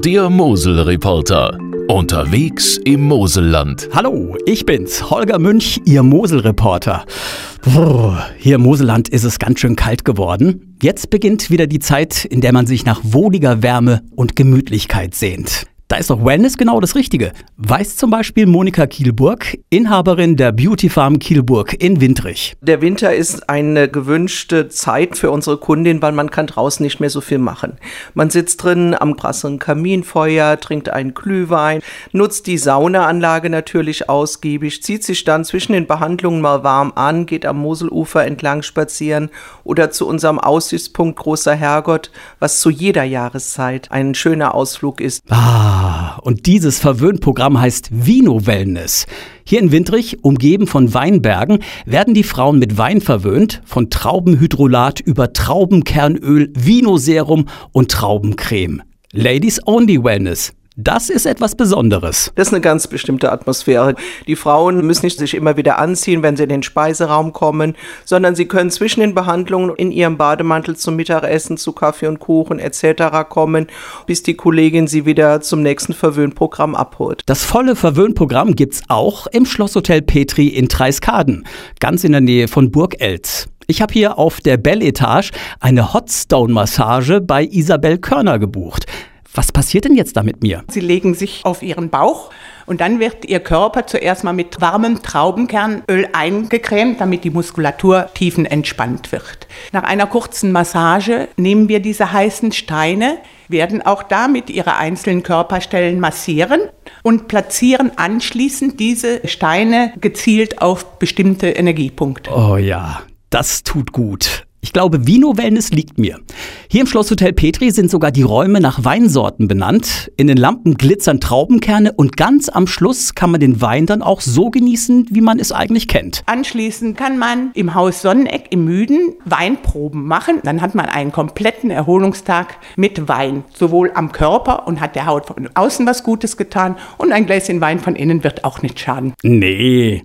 Der Mosel-Reporter. Unterwegs im Moselland. Hallo, ich bin's, Holger Münch, Ihr Mosel-Reporter. Hier im Moselland ist es ganz schön kalt geworden. Jetzt beginnt wieder die Zeit, in der man sich nach wohliger Wärme und Gemütlichkeit sehnt. Da ist doch Wellness genau das Richtige, weiß zum Beispiel Monika Kielburg, Inhaberin der Beauty Farm Kielburg in Wintrich. Der Winter ist eine gewünschte Zeit für unsere Kundin, weil man kann draußen nicht mehr so viel machen. Man sitzt drin am krassen Kaminfeuer, trinkt einen Glühwein, nutzt die Saunaanlage natürlich ausgiebig, zieht sich dann zwischen den Behandlungen mal warm an, geht am Moselufer entlang spazieren oder zu unserem Aussichtspunkt Großer Herrgott, was zu jeder Jahreszeit ein schöner Ausflug ist. Und dieses Verwöhnprogramm heißt Vino Wellness. Hier in Wintrich, umgeben von Weinbergen, werden die Frauen mit Wein verwöhnt, von Traubenhydrolat über Traubenkernöl, Vinoserum und Traubencreme. Ladies Only Wellness. Das ist etwas Besonderes. Das ist eine ganz bestimmte Atmosphäre. Die Frauen müssen nicht sich immer wieder anziehen, wenn sie in den Speiseraum kommen, sondern sie können zwischen den Behandlungen in ihrem Bademantel zum Mittagessen, zu Kaffee und Kuchen etc. kommen, bis die Kollegin sie wieder zum nächsten Verwöhnprogramm abholt. Das volle Verwöhnprogramm gibt's auch im Schlosshotel Petri in Treiskaden, ganz in der Nähe von Burg Eltz. Ich habe hier auf der Bell-Etage eine Hotstone-Massage bei Isabel Körner gebucht. Was passiert denn jetzt da mit mir? Sie legen sich auf Ihren Bauch und dann wird Ihr Körper zuerst mal mit warmem Traubenkernöl eingecremt, damit die Muskulatur tiefenentspannt wird. Nach einer kurzen Massage nehmen wir diese heißen Steine, werden auch damit Ihre einzelnen Körperstellen massieren und platzieren anschließend diese Steine gezielt auf bestimmte Energiepunkte. Oh ja, das tut gut. Ich glaube, Vino Wellness liegt mir. Hier im Schlosshotel Petri sind sogar die Räume nach Weinsorten benannt. In den Lampen glitzern Traubenkerne und ganz am Schluss kann man den Wein dann auch so genießen, wie man es eigentlich kennt. Anschließend kann man im Haus Sonneneck im Müden Weinproben machen. Dann hat man einen kompletten Erholungstag mit Wein. Sowohl am Körper und hat der Haut von außen was Gutes getan und ein Gläschen Wein von innen wird auch nicht schaden. Nee.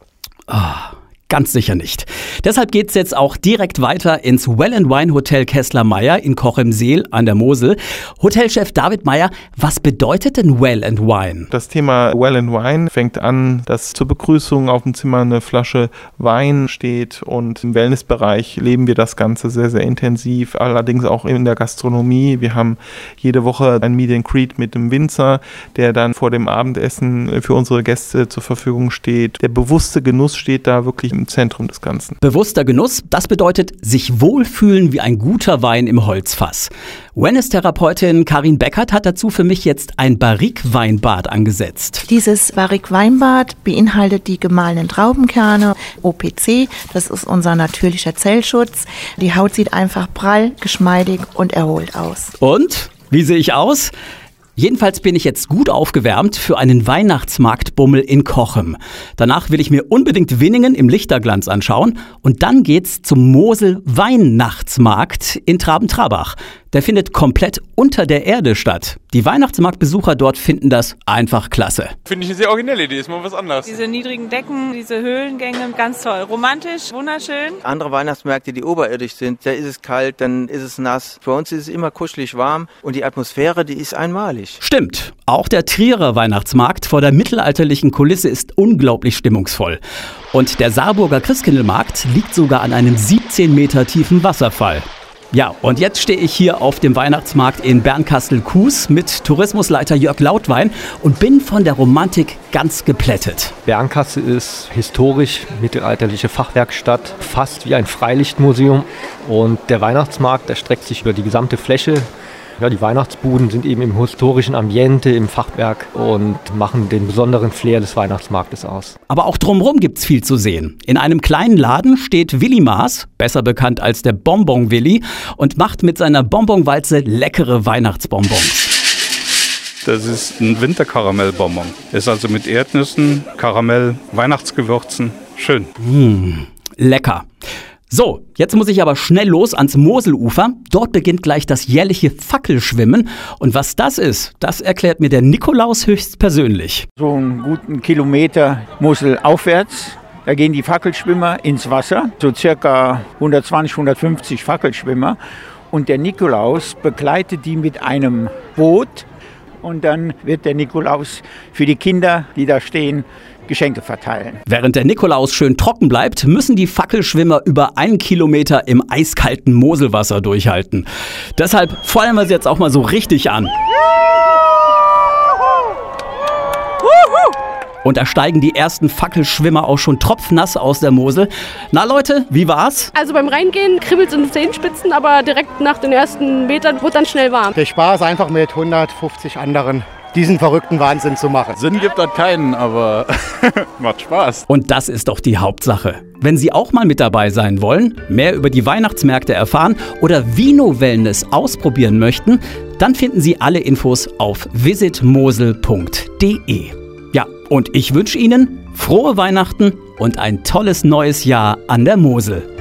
Ganz sicher nicht. Deshalb geht's jetzt auch direkt weiter ins Well & Wine Hotel Kessler-Meyer in Koch-im-Seel an der Mosel. Hotelchef David Meyer, was bedeutet denn Well & Wine? Das Thema Well & Wine fängt an, dass zur Begrüßung auf dem Zimmer eine Flasche Wein steht und im Wellnessbereich leben wir das Ganze sehr, sehr intensiv, allerdings auch in der Gastronomie. Wir haben jede Woche ein Meet and Greet mit dem Winzer, der dann vor dem Abendessen für unsere Gäste zur Verfügung steht. Der bewusste Genuss steht da wirklich im Zentrum des Ganzen. Bewusster Genuss, das bedeutet sich wohlfühlen wie ein guter Wein im Holzfass. Wellness-Therapeutin Karin Beckert hat dazu für mich jetzt ein Barrique-Weinbad angesetzt. Dieses Barrique-Weinbad beinhaltet die gemahlenen Traubenkerne, OPC, das ist unser natürlicher Zellschutz. Die Haut sieht einfach prall, geschmeidig und erholt aus. Und? Wie sehe ich aus? Jedenfalls bin ich jetzt gut aufgewärmt für einen Weihnachtsmarktbummel in Cochem. Danach will ich mir unbedingt Winningen im Lichterglanz anschauen und dann geht's zum Mosel-Weihnachtsmarkt in Traben-Trabach. Der findet komplett unter der Erde statt. Die Weihnachtsmarktbesucher dort finden das einfach klasse. Finde ich eine sehr originelle Idee, ist mal was anderes. Diese niedrigen Decken, diese Höhlengänge, ganz toll. Romantisch, wunderschön. Andere Weihnachtsmärkte, die oberirdisch sind, da ist es kalt, dann ist es nass. Bei uns ist es immer kuschelig warm und die Atmosphäre, die ist einmalig. Stimmt. Auch der Trierer Weihnachtsmarkt vor der mittelalterlichen Kulisse ist unglaublich stimmungsvoll. Und der Saarburger Christkindlmarkt liegt sogar an einem 17 Meter tiefen Wasserfall. Ja, und jetzt stehe ich hier auf dem Weihnachtsmarkt in Bernkastel-Kues mit Tourismusleiter Jörg Lautwein und bin von der Romantik ganz geplättet. Bernkastel ist historisch mittelalterliche Fachwerkstatt, fast wie ein Freilichtmuseum. Und der Weihnachtsmarkt erstreckt sich über die gesamte Fläche. Ja, die Weihnachtsbuden sind eben im historischen Ambiente, im Fachwerk und machen den besonderen Flair des Weihnachtsmarktes aus. Aber auch drumherum gibt's viel zu sehen. In einem kleinen Laden steht Willi Maas, besser bekannt als der Bonbon Willi, und macht mit seiner Bonbonwalze leckere Weihnachtsbonbons. Das ist ein Winterkaramellbonbon. Ist also mit Erdnüssen, Karamell, Weihnachtsgewürzen. Schön. Lecker. So, jetzt muss ich aber schnell los ans Moselufer. Dort beginnt gleich das jährliche Fackelschwimmen. Und was das ist, das erklärt mir der Nikolaus höchstpersönlich. So einen guten Kilometer Mosel aufwärts. Da gehen die Fackelschwimmer ins Wasser, so circa 120, 150 Fackelschwimmer. Und der Nikolaus begleitet die mit einem Boot und dann wird der Nikolaus für die Kinder, die da stehen, Geschenke verteilen. Während der Nikolaus schön trocken bleibt, müssen die Fackelschwimmer über 1 Kilometer im eiskalten Moselwasser durchhalten. Deshalb feuern wir sie jetzt auch mal so richtig an. Und da steigen die ersten Fackelschwimmer auch schon tropfnass aus der Mosel. Na Leute, wie war's? Also beim Reingehen kribbelt es in den Zehenspitzen, aber direkt nach den ersten Metern wird dann schnell warm. Der Spaß einfach mit 150 anderen diesen verrückten Wahnsinn zu machen. Sinn gibt das keinen, aber macht Spaß. Und das ist doch die Hauptsache. Wenn Sie auch mal mit dabei sein wollen, mehr über die Weihnachtsmärkte erfahren oder Vino-Wellness ausprobieren möchten, dann finden Sie alle Infos auf visitmosel.de. Ja, und ich wünsche Ihnen frohe Weihnachten und ein tolles neues Jahr an der Mosel.